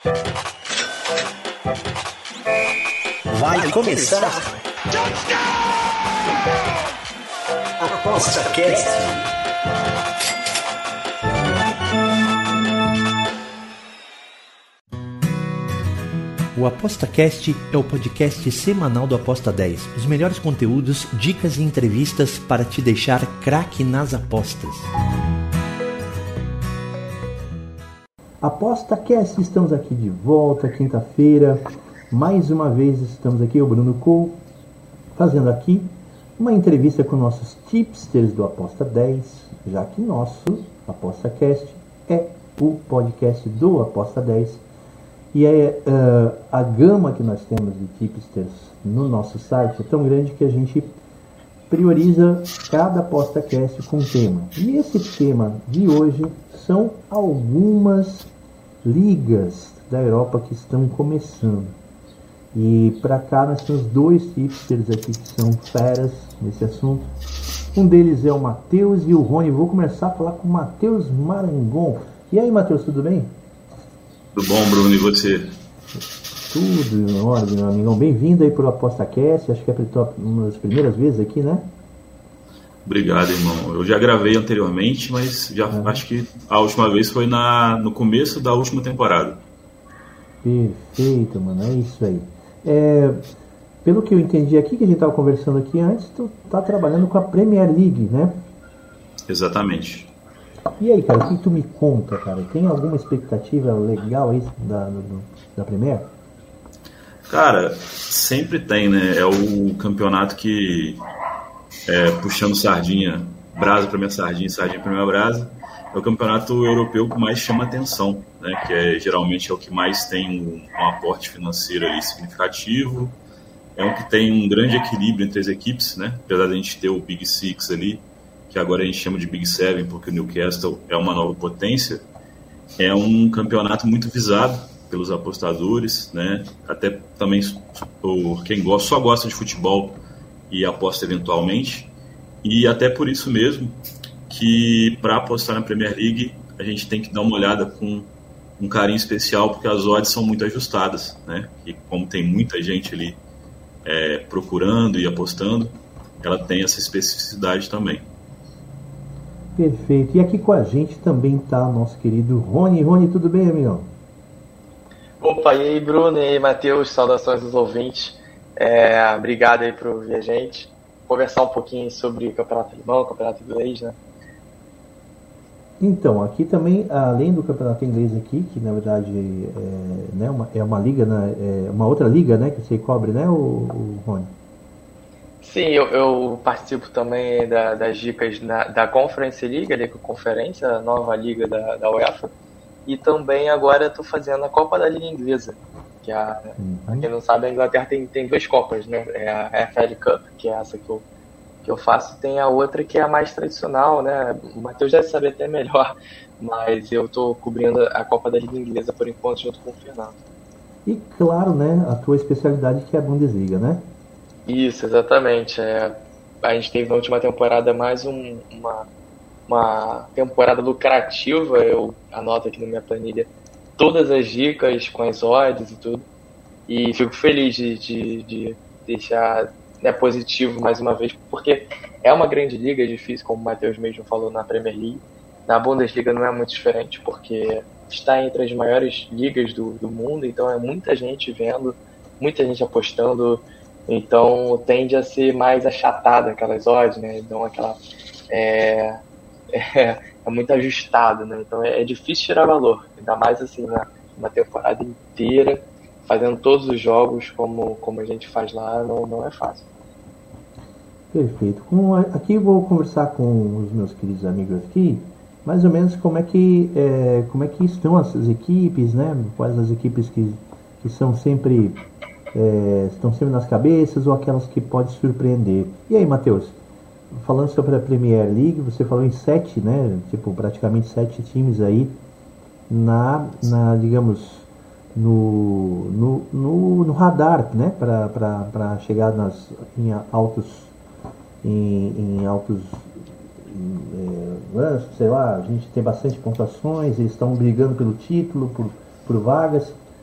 Vai começar Aposta Cast. O ApostaCast é o podcast semanal do Aposta 10. Os melhores conteúdos, dicas e entrevistas para te deixar craque nas apostas. ApostaCast, estamos aqui de volta, quinta-feira. Mais uma vez estamos aqui, o Bruno Cole, fazendo aqui uma entrevista com nossos tipsters do Aposta 10, já que nosso ApostaCast é o podcast do Aposta 10. E a gama que nós temos de tipsters no nosso site é tão grande que a gente prioriza cada ApostaCast com um tema. E esse tema de hoje são algumas ligas da Europa que estão começando. E para cá nós temos dois tipsters aqui que são feras nesse assunto. Um deles é o Matheus e o Rony. Vou começar a falar com o Matheus Marangon. E aí, Matheus, tudo bem? Tudo bom, Bruno, e você? Tudo em ordem, meu amigão. Bem-vindo aí para o ApostaCast. Acho que é uma das primeiras vezes aqui, né? Obrigado, irmão. Eu já gravei anteriormente, mas acho que a última vez foi no começo da última temporada. Perfeito, mano. É isso aí. Pelo que eu entendi aqui, que a gente estava conversando aqui antes, tu tá trabalhando com a Premier League, né? Exatamente. E aí, cara, o que tu me conta, cara? Tem alguma expectativa legal aí da Premier? Cara, sempre tem, né? É o campeonato que, puxando sardinha, brasa pra minha sardinha, sardinha pra minha brasa, é o campeonato europeu que mais chama atenção, né? Que geralmente é o que mais tem um aporte financeiro ali significativo, é um que tem um grande equilíbrio entre as equipes, né? Apesar de a gente ter o Big Six ali, que agora a gente chama de Big Seven, porque o Newcastle é uma nova potência, é um campeonato muito visado pelos apostadores, né? Até também por quem só gosta de futebol e aposta eventualmente, e até por isso mesmo que para apostar na Premier League a gente tem que dar uma olhada com um carinho especial, porque as odds são muito ajustadas, né? E como tem muita gente ali procurando e apostando, ela tem essa especificidade também. Perfeito. E aqui com a gente também está o nosso querido Rony. Rony, tudo bem, amigão? Opa, e aí, Bruno, e aí, Matheus, saudações dos ouvintes. Obrigado aí por ouvir a gente. Conversar um pouquinho sobre o campeonato alemão, campeonato inglês, né? Então, aqui também, além do campeonato inglês aqui, que na verdade é uma liga, né, uma outra liga, né, que você cobre, né, o Rony? Sim, eu participo também das dicas da Conference League, a Liga Conferência, a nova liga da UEFA, e também agora estou fazendo a Copa da Liga Inglesa, que pra quem não sabe, a Inglaterra tem duas Copas, né? É a FA Cup, que é essa que eu faço, tem a outra que é a mais tradicional, né? O Matheus deve saber até melhor, mas eu estou cobrindo a Copa da Liga Inglesa por enquanto junto com o Fernando. E claro, né, a tua especialidade que é a Bundesliga, né? Isso, exatamente. A gente teve na última temporada mais uma temporada lucrativa. Eu anoto aqui na minha planilha todas as dicas com as odds e tudo. E fico feliz de deixar, né, positivo mais uma vez, porque é uma grande liga, é difícil, como o Matheus mesmo falou, na Premier League. Na Bundesliga não é muito diferente, porque está entre as maiores ligas do mundo, então é muita gente vendo, muita gente apostando. Então tende a ser mais achatada aquelas odds, né? Então aquela é muito ajustado, né? Então é difícil tirar valor, ainda mais assim uma temporada inteira fazendo todos os jogos como a gente faz lá, não é fácil. Perfeito. Aqui eu vou conversar com os meus queridos amigos aqui, mais ou menos como é que estão as equipes, né? Quais as equipes que são sempre estão sempre nas cabeças ou aquelas que podem surpreender. E aí, Matheus, falando sobre a Premier League, você falou em 7, né? Tipo, praticamente 7 times aí digamos, no radar, né? Para chegar em altos sei lá, a gente tem bastante pontuações, eles estão brigando pelo título, por vagas.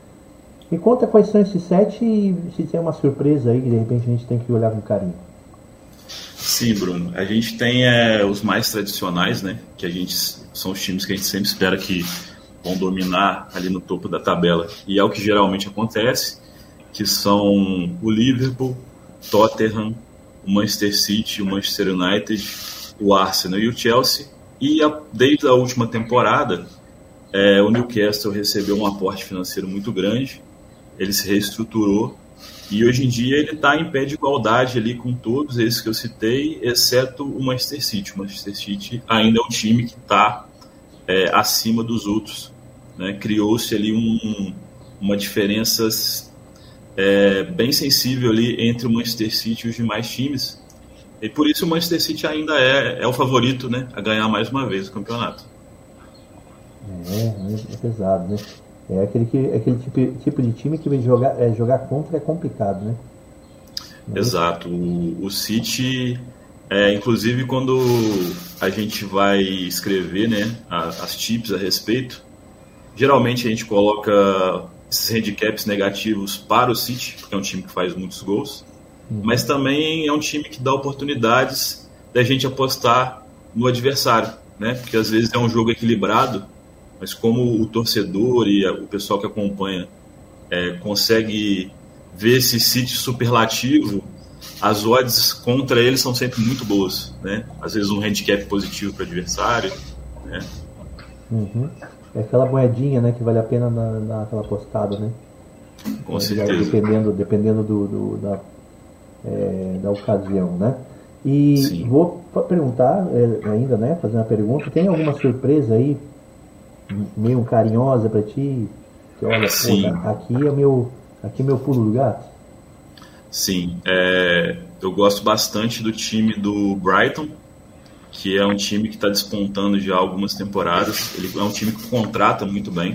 Me conta quais são esses 7 e se tem uma surpresa aí que de repente a gente tem que olhar com carinho. Sim, Bruno. A gente tem os mais tradicionais, né? Que são os times que a gente sempre espera que vão dominar ali no topo da tabela. E é o que geralmente acontece, que são o Liverpool, Tottenham, o Manchester City, o Manchester United, o Arsenal e o Chelsea. E desde a última temporada, o Newcastle recebeu um aporte financeiro muito grande, ele se reestruturou e hoje em dia ele está em pé de igualdade ali com todos esses que eu citei, exceto o Manchester City. O Manchester City ainda é um time que está acima dos outros, né? Criou-se ali uma diferença bem sensível ali entre o Manchester City e os demais times, e por isso o Manchester City ainda é o favorito, né, a ganhar mais uma vez o campeonato. É pesado, né? É aquele tipo de time que jogar contra é complicado, né? Exato. O City, inclusive quando a gente vai escrever, né, as tips a respeito, geralmente a gente coloca esses handicaps negativos para o City, porque é um time que faz muitos gols, mas também é um time que dá oportunidades da gente apostar no adversário, né? Porque às vezes é um jogo equilibrado, mas como o torcedor e o pessoal que acompanha consegue ver esse City superlativo, as odds contra ele são sempre muito boas, né? Às vezes um handicap positivo para o adversário, né? Uhum. É aquela moedinha, né, que vale a pena dar aquela apostada, né? Com certeza. Dependendo da ocasião, né? E Sim. Vou perguntar ainda, né? Fazer uma pergunta. Tem alguma surpresa aí meio carinhosa para ti? Que olha, aqui é meu pulo do gato. Sim, eu gosto bastante do time do Brighton, que é um time que está despontando já há algumas temporadas. Ele é um time que contrata muito bem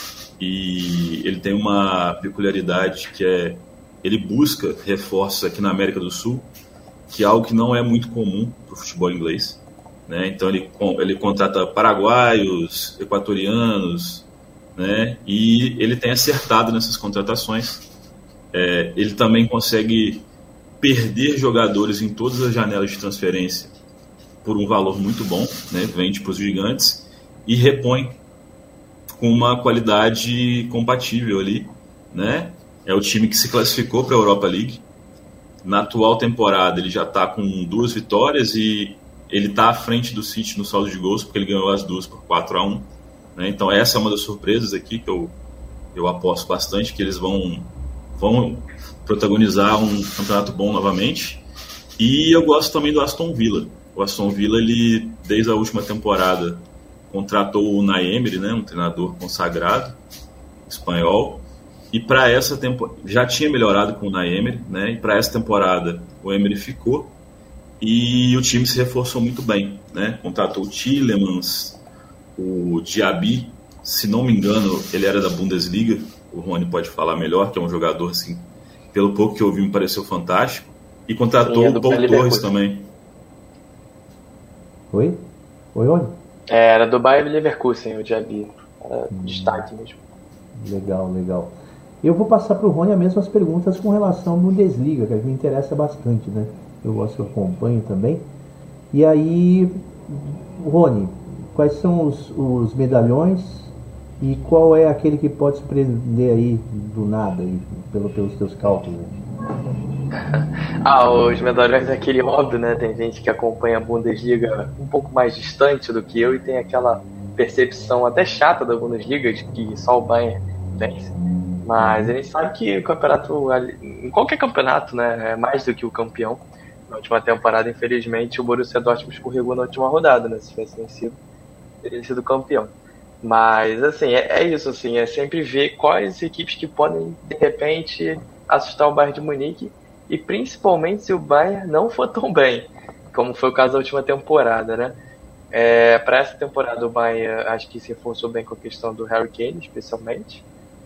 e ele tem uma peculiaridade que ele busca reforços aqui na América do Sul, que é algo que não é muito comum para o futebol inglês, né? Então ele contrata paraguaios, equatorianos, né? E ele tem acertado nessas contratações. Ele também consegue perder jogadores em todas as janelas de transferência por um valor muito bom, né? Vende para os gigantes e repõe com uma qualidade compatível ali, né? É o time que se classificou para a Europa League. Na atual temporada ele já está com 2 vitórias e ele está à frente do City no saldo de gols, porque ele ganhou as 2 por 4-1, né? Então essa é uma das surpresas aqui que eu aposto bastante, que eles vão protagonizar um campeonato bom novamente. E eu gosto também do Aston Villa. O Aston Villa, ele, desde a última temporada, contratou o Unai Emery, né, um treinador consagrado espanhol, e para essa temporada já tinha melhorado com o Unai Emery, né, e para essa temporada o Emery ficou e o time se reforçou muito bem, né, contratou o Tielemans, o Diaby, se não me engano ele era da Bundesliga, o Rony pode falar melhor, que é um jogador assim, pelo pouco que eu vi me pareceu fantástico, e contratou o Paul Torres também. Oi, Rony? Era do Bayer Leverkusen, o Diaby. Era destaque mesmo. Legal. Eu vou passar para o Rony as mesmas perguntas com relação à Bundesliga, que me interessa bastante, né? Eu acompanho também. E aí, Rony, quais são os medalhões e qual é aquele que pode surpreender aí do nada, aí, pelos teus cálculos? Os medalhões é aquele óbvio, né? Tem gente que acompanha a Bundesliga um pouco mais distante do que eu e tem aquela percepção até chata da Bundesliga de que só o Bayern vence. Mas a gente sabe que o campeonato, em qualquer campeonato, né, é mais do que o campeão. Na última temporada, infelizmente, o Borussia Dortmund escorregou na última rodada, né? Se tivesse vencido, teria sido campeão. Mas, assim, é isso, assim, é sempre ver quais equipes que podem, de repente, assustar o Bayern de Munique. E principalmente se o Bayern não for tão bem, como foi o caso da última temporada, né? Para essa temporada o Bayern acho que se reforçou bem com a questão do Harry Kane, especialmente.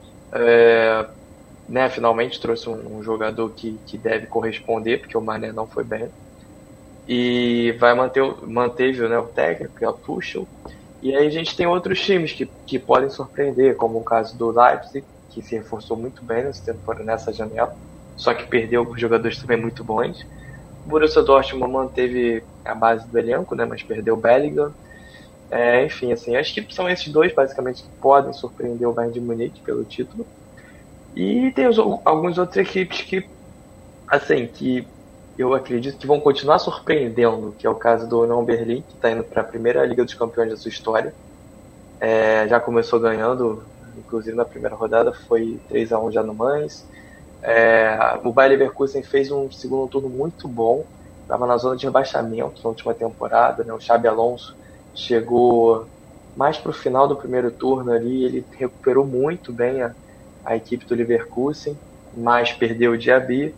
Né, finalmente trouxe um jogador que deve corresponder, porque o Mané não foi bem. E manteve, né, o técnico, que é o Tuchel. E aí a gente tem outros times que podem surpreender, como o caso do Leipzig, que se reforçou muito bem nessa janela, só que perdeu alguns jogadores também muito bons. O Borussia Dortmund manteve a base do elenco, né, mas perdeu o Bellingham. Enfim, assim, acho que são esses dois, basicamente, que podem surpreender o Bayern de Munique pelo título. E tem algumas outras equipes que, assim, que eu acredito que vão continuar surpreendendo, que é o caso do Union Berlin, que está indo para a primeira Liga dos Campeões da sua história. Já começou ganhando, inclusive na primeira rodada foi 3-1 já no Mainz. O Bayer Leverkusen fez um segundo turno muito bom, estava na zona de rebaixamento na última temporada, né? O Xabi Alonso chegou mais para o final do primeiro turno ali, ele recuperou muito bem a equipe do Leverkusen, mas perdeu o Diaby.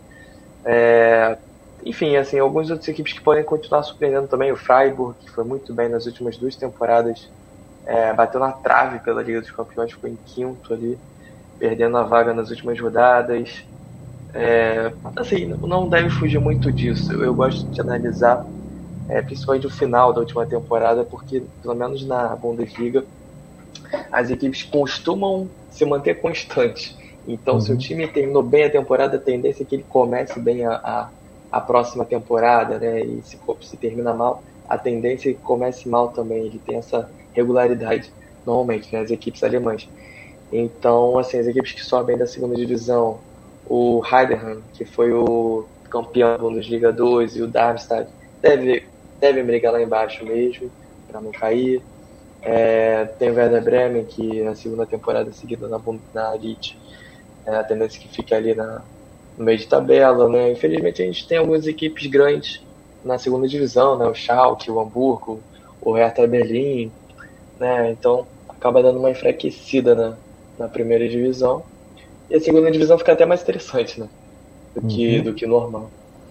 Enfim, assim, algumas outras equipes que podem continuar surpreendendo também, o Freiburg, que foi muito bem nas últimas 2 temporadas, bateu na trave pela Liga dos Campeões, ficou em quinto ali, perdendo a vaga nas últimas rodadas. Assim, não deve fugir muito disso. Eu gosto de analisar principalmente o final da última temporada, porque pelo menos na Bundesliga as equipes costumam se manter constantes. Então, se o time terminou bem a temporada, a tendência é que ele comece bem a próxima temporada, né? E se termina mal, a tendência é que comece mal também. Ele tem essa regularidade, normalmente, né? As equipes alemãs. Então, assim, as equipes que sobem da segunda divisão, o Heidenheim, que foi o campeão da Bundesliga 2, e o Darmstadt, devem brigar lá embaixo mesmo, para não cair. Tem o Werder Bremen, que é a segunda temporada seguida na Elite, a tendência que fica ali no meio de tabela, né? Infelizmente a gente tem algumas equipes grandes na segunda divisão, né? O Schalke, o Hamburgo, o Hertha Berlim, né? Então acaba dando uma enfraquecida na primeira divisão, e a segunda divisão fica até mais interessante, né? Do que normal.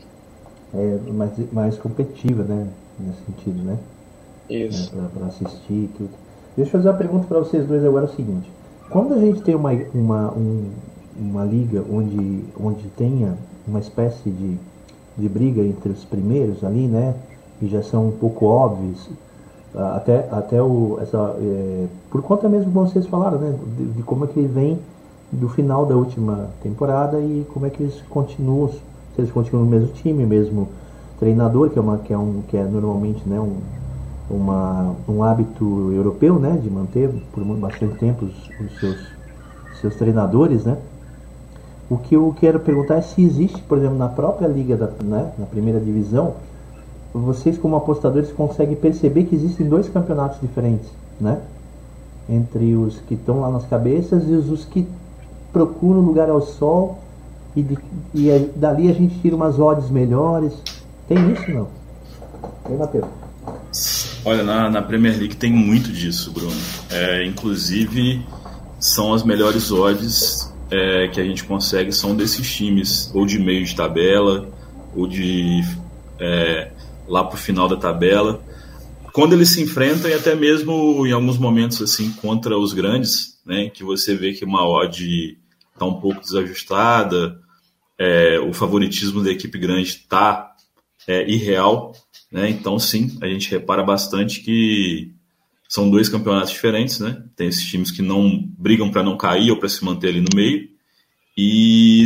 Mais competitiva, né? Nesse sentido, né? Isso. Para assistir e tudo. Deixa eu fazer uma pergunta para vocês dois agora, é o seguinte: quando a gente tem uma liga onde tenha uma espécie de briga entre os primeiros ali, né? Que já são um pouco óbvios, por conta mesmo que vocês falaram, né? De como é que ele vem do final da última temporada e como é que eles continuam, se eles continuam no mesmo time, mesmo treinador, que é normalmente, né, um hábito europeu, né, de manter por bastante tempo os seus treinadores, né. O que eu quero perguntar é se existe, por exemplo, na própria liga na primeira divisão, vocês como apostadores conseguem perceber que existem 2 campeonatos diferentes, né, entre os que estão lá nas cabeças e os que procuram lugar ao sol, e dali a gente tira umas odds melhores. Tem isso, não? Tem, Matheus? Olha, na Premier League tem muito disso, Bruno. Inclusive, são as melhores odds que a gente consegue, são desses times, ou de meio de tabela, ou de lá pro final da tabela. Quando eles se enfrentam, e até mesmo em alguns momentos assim contra os grandes, né, que você vê que uma odd está um pouco desajustada, o favoritismo da equipe grande está irreal, né? Então sim, a gente repara bastante que são 2 campeonatos diferentes, né? Tem esses times que não brigam para não cair ou para se manter ali no meio, e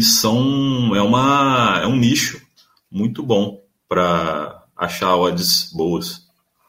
é um nicho muito bom para achar odds boas.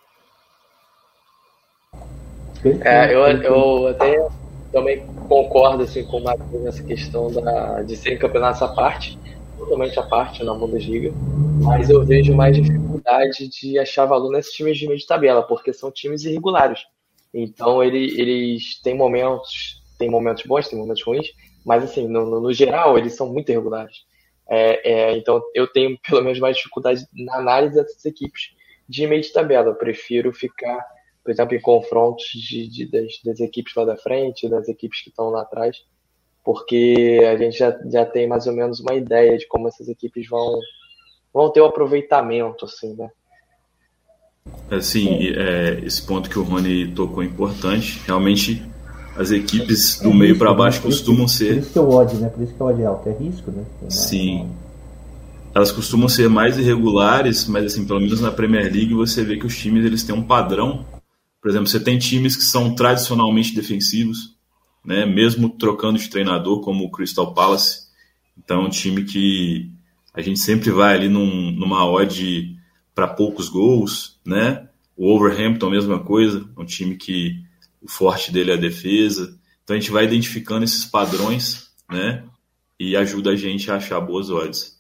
Eu até também concordo assim, com o Matheus nessa questão de serem campeonatos à parte, totalmente à parte na Bundesliga, mas eu vejo mais dificuldade de achar valor nesses times de meio de tabela, porque são times irregulares. Então eles têm momentos bons, têm momentos ruins, mas assim, no geral eles são muito irregulares. Então eu tenho pelo menos mais dificuldade na análise dessas equipes de meio de tabela. Eu prefiro ficar, por exemplo, em confrontos das equipes lá da frente, das equipes que estão lá atrás, porque a gente já tem mais ou menos uma ideia de como essas equipes vão ter o aproveitamento, assim, né? Assim, esse ponto que o Rony tocou é importante. Realmente, as equipes do meio para baixo costumam ser... Por isso que é o odd, né? Por isso que é o odd alto. É risco, né? Sim. Elas costumam ser mais irregulares, mas assim, pelo menos na Premier League você vê que os times eles têm um padrão. Por exemplo, você tem times que são tradicionalmente defensivos, né? Mesmo trocando de treinador, como o Crystal Palace. Então, é um time que a gente sempre vai ali numa odd para poucos gols, né? O Wolverhampton, mesma coisa, é um time que o forte dele é a defesa. Então, a gente vai identificando esses padrões, né? E ajuda a gente a achar boas odds.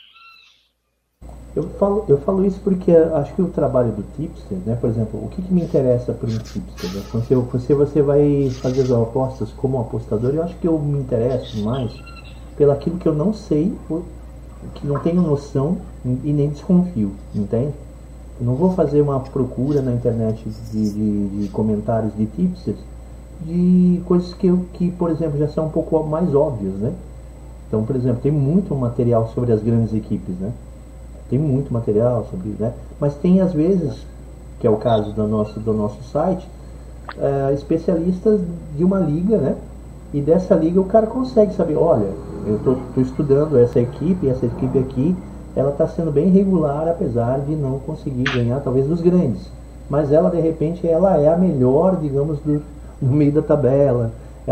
Eu falo isso porque acho que o trabalho do tipster, né? Por exemplo, o que me interessa para um tipster? Né? Quando você vai fazer as apostas como apostador, eu acho que eu me interesso mais pelaquilo que eu não sei, que não tenho noção e nem desconfio, entende? Eu não vou fazer uma procura na internet de comentários de tipsters de coisas que, por exemplo, já são um pouco mais óbvias, né? Então, por exemplo, tem muito material sobre as grandes equipes, né? Tem muito material sobre, né? Mas tem às vezes, que é o caso do nosso site, especialistas de uma liga, né? E dessa liga o cara consegue saber, olha, eu tô estudando essa equipe aqui, ela está sendo bem regular, apesar de não conseguir ganhar talvez dos grandes. Mas ela, de repente, ela é a melhor, digamos, no meio da tabela.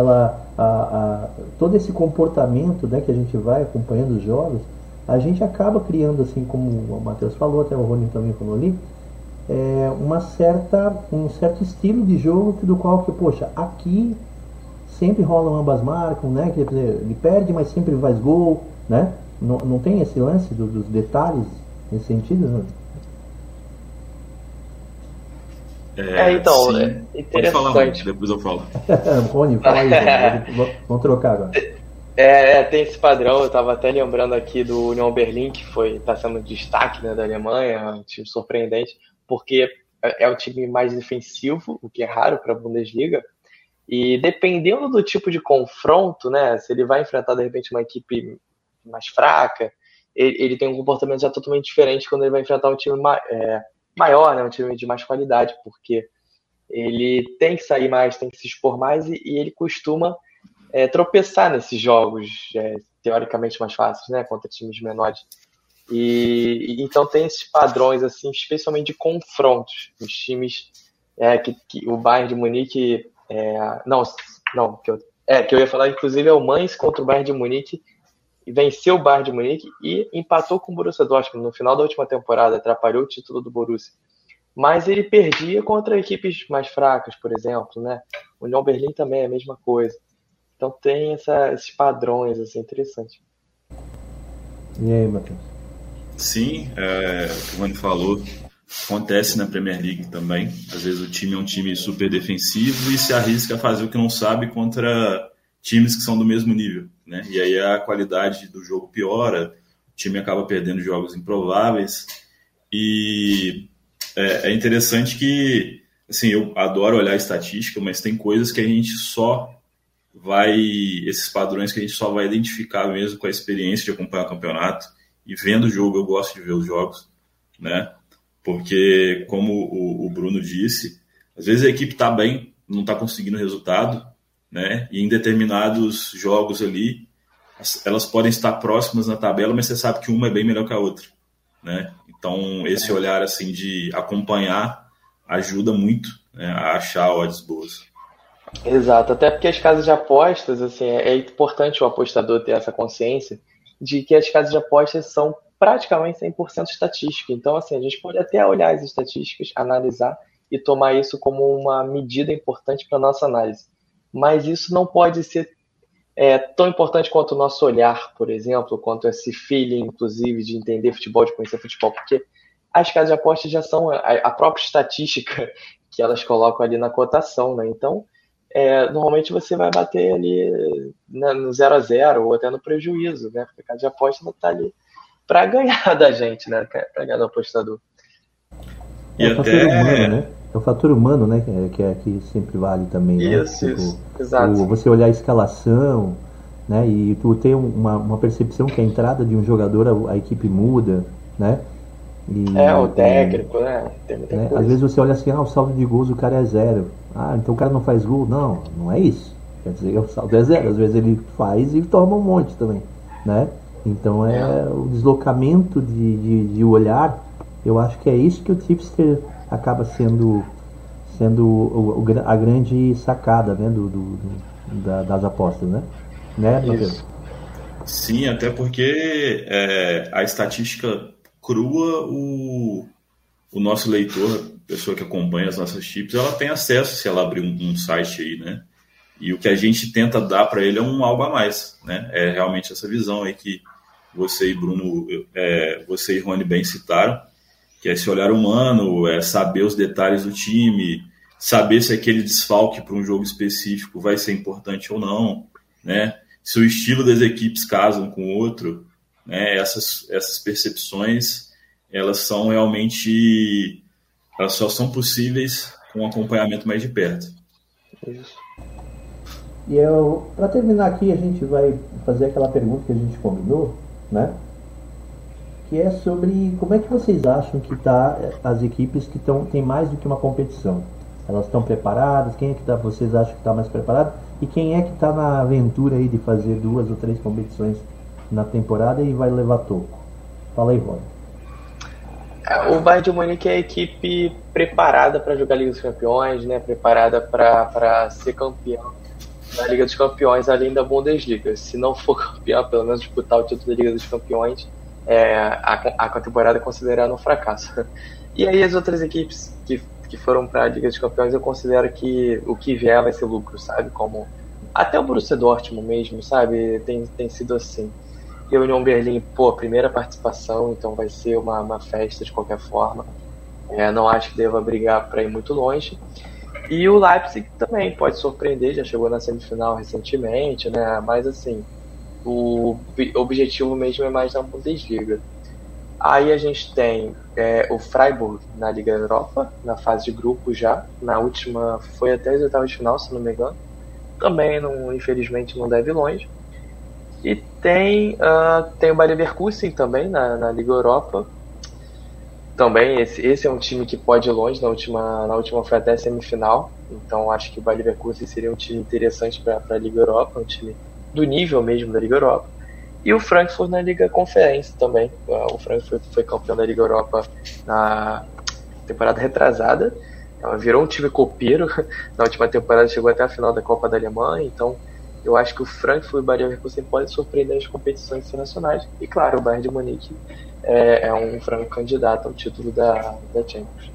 Todo esse comportamento, né, que a gente vai acompanhando os jogos, a gente acaba criando, assim como o Matheus falou, até o Rony também falou ali, um certo estilo de jogo do qual, poxa, aqui sempre rolam, ambas marcam, né? Quer dizer, ele perde, mas sempre faz gol, né? Não tem esse lance dos detalhes nesse sentido, né? Então, sim. é interessante. Pode falar, depois eu falo. Rony, fala aí, vamos trocar agora. Tem esse padrão. Eu estava até lembrando aqui do Union Berlin, que está sendo destaque, né, da Alemanha, um time surpreendente, porque é o time mais defensivo, o que é raro para a Bundesliga. E dependendo do tipo de confronto, né, se ele vai enfrentar de repente uma equipe mais fraca, ele tem um comportamento já totalmente diferente quando ele vai enfrentar um time maior, né, um time de mais qualidade, porque ele tem que sair mais, tem que se expor mais e ele costuma tropeçar nesses jogos teoricamente mais fáceis, né, contra times menores. E então tem esses padrões, assim, especialmente de confrontos. Os times que o Bayern de Munique que eu ia falar, inclusive, é o Mainz contra o Bayern de Munique, e venceu o Bayern de Munique e empatou com o Borussia Dortmund no final da última temporada, atrapalhou o título do Borussia. Mas ele perdia contra equipes mais fracas, por exemplo, né? O Union Berlin também é a mesma coisa. Então tem esses padrões, assim, interessantes. E aí, Matheus? Sim, o que o Rony falou, acontece na Premier League também. Às vezes o time é um time super defensivo e se arrisca a fazer o que não sabe contra times que são do mesmo nível, né? E aí a qualidade do jogo piora, o time acaba perdendo jogos improváveis. E é interessante que, assim, eu adoro olhar estatística, mas tem coisas que a gente esses padrões que a gente só vai identificar mesmo com a experiência de acompanhar o campeonato. E vendo o jogo, eu gosto de ver os jogos, né? Porque, como o Bruno disse, às vezes a equipe está bem, não está conseguindo resultado, né? E em determinados jogos ali, elas podem estar próximas na tabela, mas você sabe que uma é bem melhor que a outra, né? Então, esse olhar assim de acompanhar ajuda muito, né, a achar odds boas. Exato, até porque as casas de apostas, assim, é importante o apostador ter essa consciência de que as casas de apostas são praticamente 100% estatística. Então, assim, a gente pode até olhar as estatísticas, analisar e tomar isso como uma medida importante para a nossa análise. Mas isso não pode ser tão importante quanto o nosso olhar, por exemplo, quanto esse feeling, inclusive, de entender futebol, de conhecer futebol, porque as casas de apostas já são a própria estatística que elas colocam ali na cotação, né? Então, normalmente você vai bater ali, né, no 0-0 ou até no prejuízo, né? Porque a casa de aposta está ali para ganhar da gente, né? Para ganhar do apostador. E o fator humano, né? É o fator humano, né? Que sempre vale também, né? Isso, exato. Você olhar a escalação, né? E tu ter uma percepção que a entrada de um jogador, a equipe muda, né? O técnico, né? Tem muita coisa. Às vezes você olha assim, o saldo de gols o cara é 0. Então o cara não faz gol? Não é isso. Quer dizer, o saldo é 0. Às vezes ele faz e toma um monte também, né? Então o deslocamento de olhar, eu acho que é isso que o tipster acaba sendo a grande sacada, né, das apostas, né? Matheus? Sim, até porque a estatística crua, o nosso leitor, a pessoa que acompanha as nossas chips, ela tem acesso se ela abrir um site aí, né? E o que a gente tenta dar para ele é algo a mais, né? É realmente essa visão aí que você e Bruno, você e Rony bem citaram, que é esse olhar humano, saber os detalhes do time, saber se aquele desfalque para um jogo específico vai ser importante ou não, né? Se o estilo das equipes casam com o outro, né? Essas percepções, elas são realmente, elas só são possíveis com um acompanhamento mais de perto. Isso. E para terminar aqui, a gente vai fazer aquela pergunta que a gente combinou, né? Que é sobre como é que vocês acham que tá as equipes que tem mais do que uma competição. Elas estão preparadas? Quem é que vocês acham que está mais preparado? E quem é que está na aventura aí de fazer 2 ou 3 competições na temporada e vai levar toco? Fala aí, Rony. O Bayern de Munique é a equipe preparada para jogar a Liga dos Campeões, né? Preparada para ser campeão da Liga dos Campeões, além da Bundesliga. Se não for campeão, pelo menos disputar o título da Liga dos Campeões, a temporada é considerada um fracasso. E aí as outras equipes que foram para a Liga dos Campeões, eu considero que o que vier vai ser lucro, sabe? Como até o Borussia Dortmund mesmo, sabe? Tem sido assim. E a Union Berlin, primeira participação, então vai ser uma festa de qualquer forma. Não acho que deva brigar para ir muito longe. E o Leipzig também pode surpreender, já chegou na semifinal recentemente, né? Mas assim, o objetivo mesmo é mais na Bundesliga. Aí a gente tem o Freiburg na Liga Europa, na fase de grupo já. Na última foi até as oitavas de final, se não me engano. Também, infelizmente, não deve ir longe. E tem o Bayer Leverkusen também na Liga Europa. Também esse é um time que pode ir longe. Na última foi até semifinal. Então acho que o Bayer Leverkusen seria um time interessante para a Liga Europa, um time do nível mesmo da Liga Europa. E o Frankfurt na Liga Conferência também. O Frankfurt foi campeão da Liga Europa na temporada retrasada. Virou um time copeiro. Na última temporada chegou até a final da Copa da Alemanha. Então eu acho que o Frankfurt e o Bayer Leverkusen podem surpreender as competições internacionais. E claro, o Bayern de Munique é um franco candidato ao título da Champions.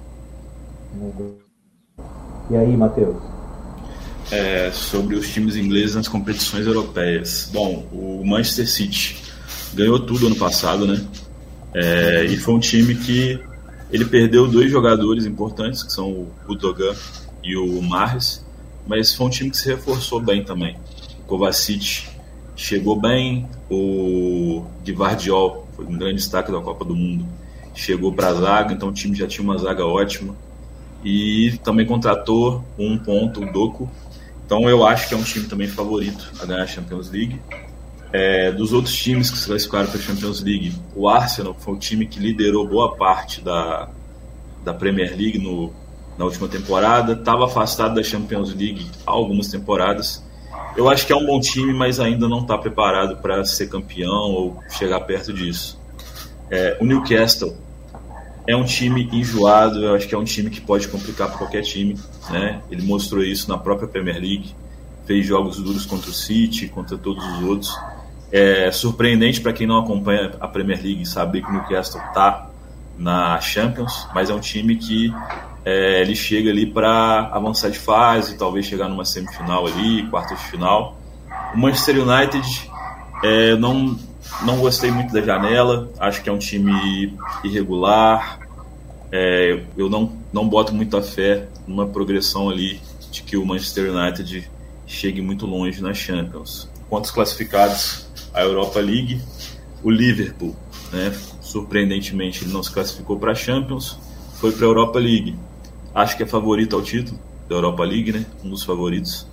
E aí, Matheus? Sobre os times ingleses nas competições europeias. Bom, o Manchester City ganhou tudo ano passado, né? E foi um time que ele perdeu 2 jogadores importantes, que são o Gundogan e o Mahrez, mas foi um time que se reforçou bem também. O Kovacic chegou bem, o Gvardiol foi um grande destaque da Copa do Mundo, chegou para a zaga, então o time já tinha uma zaga ótima, e também contratou um ponto, o Doku. Então eu acho que é um time também favorito a ganhar a Champions League. Dos outros times que se classificaram para a Champions League, o Arsenal foi o time que liderou boa parte da Premier League na última temporada, estava afastado da Champions League há algumas temporadas. Eu acho que é um bom time, mas ainda não está preparado para ser campeão ou chegar perto disso. O Newcastle é um time enjoado, eu acho que é um time que pode complicar para qualquer time, né? Ele mostrou isso na própria Premier League, fez jogos duros contra o City, contra todos os outros. É surpreendente para quem não acompanha a Premier League saber que o Newcastle está na Champions, mas é um time que ele chega ali para avançar de fase, talvez chegar numa semifinal ali, quartas de final. O Manchester United, não gostei muito da janela, acho que é um time irregular. Eu não boto muita fé numa progressão ali de que o Manchester United chegue muito longe na Champions. Quanto aos classificados à Europa League, o Liverpool, né, surpreendentemente ele não se classificou para a Champions, foi para a Europa League. Acho que é favorito ao título da Europa League, né, um dos favoritos.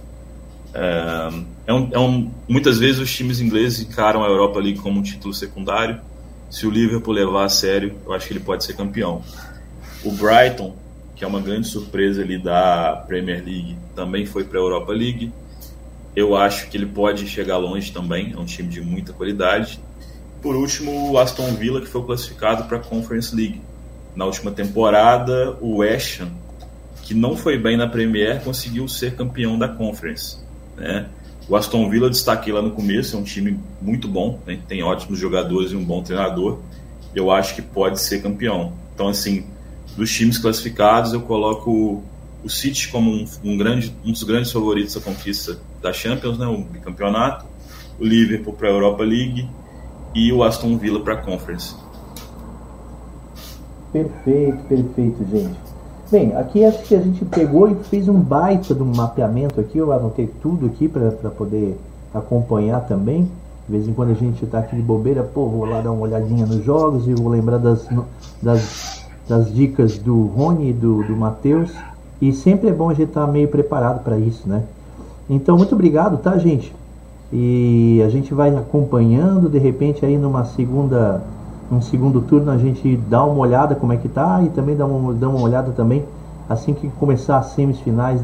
Muitas vezes os times ingleses encaram a Europa League como um título secundário. Se o Liverpool levar a sério, eu acho que ele pode ser campeão. O Brighton, que é uma grande surpresa ali da Premier League, também foi para a Europa League. Eu acho que ele pode chegar longe também, é um time de muita qualidade. Por último, o Aston Villa, que foi classificado para a Conference League. Na última temporada, o West Ham, que não foi bem na Premier, conseguiu ser campeão da Conference. né? O Aston Villa eu destaquei lá no começo, é um time muito bom, né? Tem ótimos jogadores e um bom treinador. Eu acho que pode ser campeão. Então, assim, dos times classificados, eu coloco o City como um dos grandes favoritos à conquista da Champions, né? O bicampeonato, o Liverpool para a Europa League e o Aston Villa para a Conference. Perfeito, gente. Bem, aqui acho que a gente pegou e fez um baita de um mapeamento aqui. Eu anotei tudo aqui para poder acompanhar também. De vez em quando a gente está aqui de bobeira, vou lá dar uma olhadinha nos jogos e vou lembrar das dicas do Rony e do Matheus. E sempre é bom a gente estar meio preparado para isso, né? Então, muito obrigado, tá, gente? E a gente vai acompanhando, de repente aí num segundo turno a gente dá uma olhada como é que tá, e também dá uma olhada também assim que começar as semifinais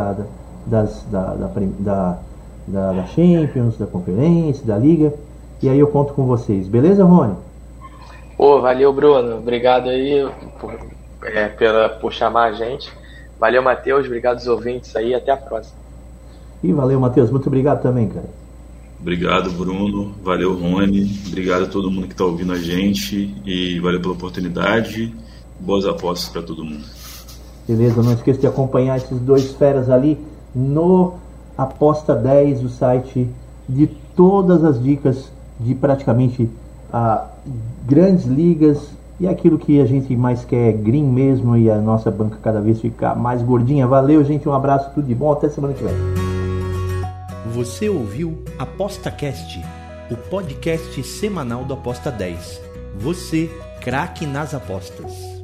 da Champions, da Conferência, da Liga, e aí eu conto com vocês, beleza, Rony? Valeu, Bruno, obrigado aí por chamar a gente, valeu, Matheus, obrigado aos ouvintes aí, até a próxima. E valeu, Matheus, muito obrigado também, cara. Obrigado, Bruno. Valeu, Rony. Obrigado a todo mundo que está ouvindo a gente. E valeu pela oportunidade. Boas apostas para todo mundo. Beleza, não esqueça de acompanhar esses dois feras ali no Aposta 10, o site de todas as dicas de praticamente grandes ligas. E aquilo que a gente mais quer é green mesmo, e a nossa banca cada vez ficar mais gordinha. Valeu, gente. Um abraço, tudo de bom. Até semana que vem. Você ouviu ApostaCast, o podcast semanal do Aposta 10. Você, craque nas apostas.